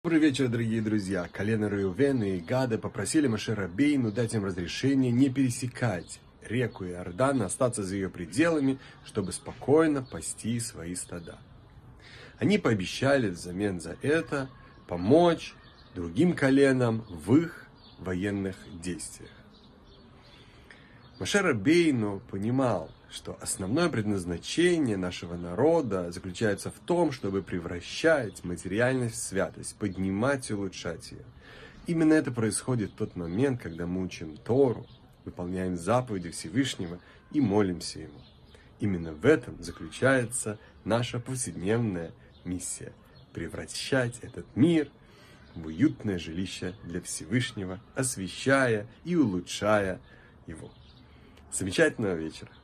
Добрый вечер, дорогие друзья! Колено Реувена и Гада попросили Моше Рабейну дать им разрешение не пересекать реку Иордан, остаться за ее пределами, чтобы спокойно пасти свои стада. Они пообещали взамен за это помочь другим коленам в их военных действиях. Моше Рабейну понимал, что основное предназначение нашего народа заключается в том, чтобы превращать материальность в святость, поднимать и улучшать ее. Именно это происходит в тот момент, когда мы учим Тору, выполняем заповеди Всевышнего и молимся Ему. Именно в этом заключается наша повседневная миссия – превращать этот мир в уютное жилище для Всевышнего, освещая и улучшая его. Замечательного вечера!